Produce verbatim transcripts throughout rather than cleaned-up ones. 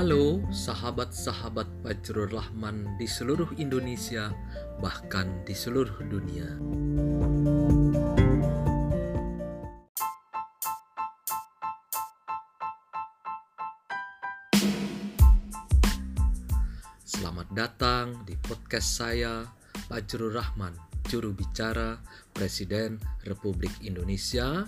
Halo sahabat-sahabat Fajrul Rahman di seluruh Indonesia, bahkan di seluruh dunia. Selamat datang di podcast saya, Fajrul Rahman, juru bicara Presiden Republik Indonesia.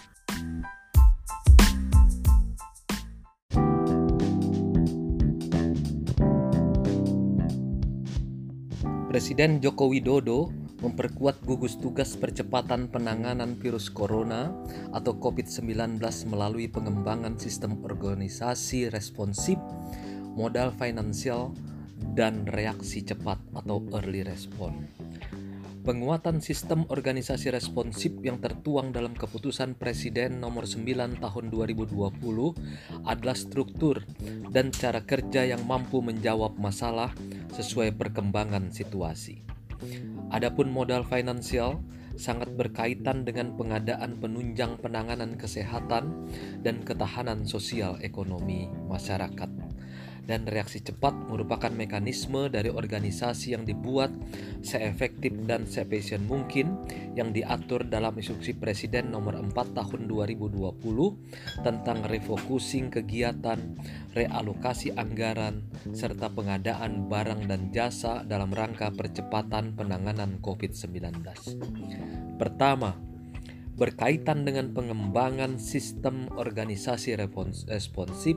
Presiden Joko Widodo memperkuat gugus tugas percepatan penanganan virus corona atau covid sembilan belas melalui pengembangan sistem organisasi responsif, modal finansial, dan reaksi cepat atau early response. Penguatan sistem organisasi responsif yang tertuang dalam keputusan Presiden nomor sembilan tahun dua ribu dua puluh adalah struktur dan cara kerja yang mampu menjawab masalah sesuai perkembangan situasi. Adapun modal finansial sangat berkaitan dengan pengadaan penunjang penanganan kesehatan dan ketahanan sosial ekonomi masyarakat. Dan reaksi cepat merupakan mekanisme dari organisasi yang dibuat seefektif dan seefisien mungkin yang diatur dalam instruksi Presiden nomor empat tahun dua ribu dua puluh tentang refocusing kegiatan, realokasi anggaran, serta pengadaan barang dan jasa dalam rangka percepatan penanganan covid sembilan belas. Pertama, berkaitan dengan pengembangan sistem organisasi responsif,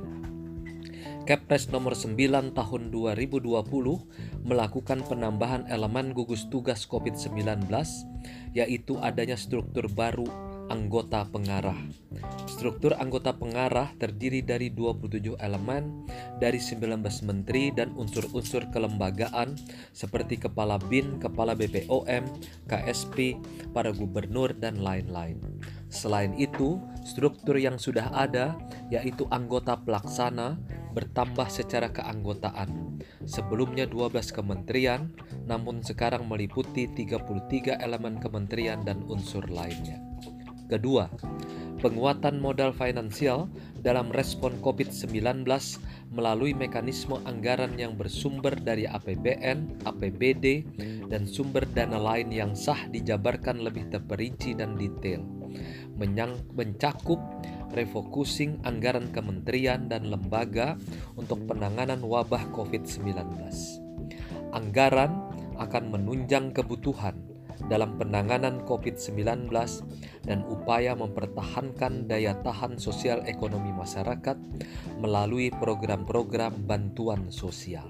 Kepres nomor sembilan tahun dua ribu dua puluh melakukan penambahan elemen gugus tugas covid sembilan belas, yaitu adanya struktur baru anggota pengarah. Struktur anggota pengarah terdiri dari dua puluh tujuh elemen dari sembilan belas menteri dan unsur-unsur kelembagaan seperti Kepala B I N, Kepala B P O M, K S P, para gubernur, dan lain-lain. Selain itu, struktur yang sudah ada, yaitu anggota pelaksana, bertambah secara keanggotaan. Sebelumnya dua belas kementerian, namun sekarang meliputi tiga puluh tiga elemen kementerian dan unsur lainnya. Kedua, penguatan modal finansial dalam respon covid sembilan belas melalui mekanisme anggaran yang bersumber dari A P B N, A P B D, dan sumber dana lain yang sah dijabarkan lebih terperinci dan detail. Menyang, mencakup refocusing anggaran kementerian dan lembaga untuk penanganan wabah covid sembilan belas. Anggaran akan menunjang kebutuhan dalam penanganan covid sembilan belas dan upaya mempertahankan daya tahan sosial ekonomi masyarakat melalui program-program bantuan sosial.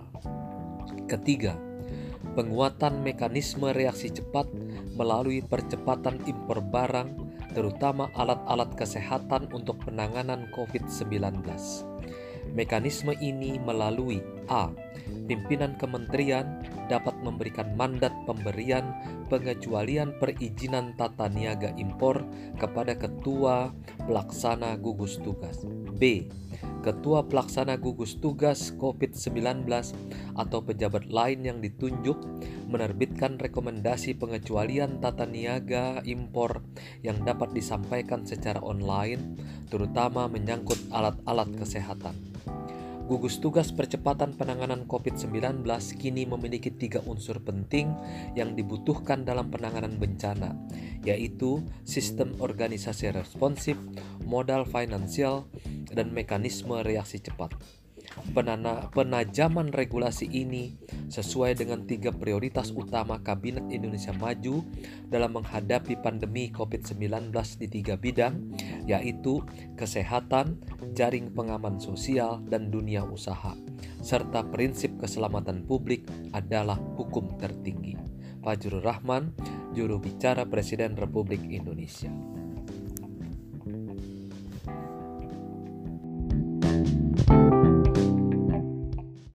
Ketiga, penguatan mekanisme reaksi cepat melalui percepatan impor barang, terutama alat-alat kesehatan untuk penanganan covid sembilan belas. Mekanisme ini melalui A. Pimpinan kementerian dapat memberikan mandat pemberian pengecualian perizinan tata niaga impor kepada Ketua Pelaksana Gugus Tugas. B. Ketua Pelaksana Gugus Tugas covid sembilan belas atau pejabat lain yang ditunjuk menerbitkan rekomendasi pengecualian tata niaga impor yang dapat disampaikan secara online, terutama menyangkut alat-alat kesehatan. Gugus tugas percepatan penanganan covid sembilan belas kini memiliki tiga unsur penting yang dibutuhkan dalam penanganan bencana, yaitu sistem organisasi responsif, modal finansial, dan mekanisme reaksi cepat. Penana, penajaman regulasi ini sesuai dengan tiga prioritas utama Kabinet Indonesia Maju dalam menghadapi pandemi covid sembilan belas di tiga bidang, yaitu kesehatan, jaring pengaman sosial, dan dunia usaha, serta prinsip keselamatan publik adalah hukum tertinggi. Fajrul Rahman, juru bicara Presiden Republik Indonesia.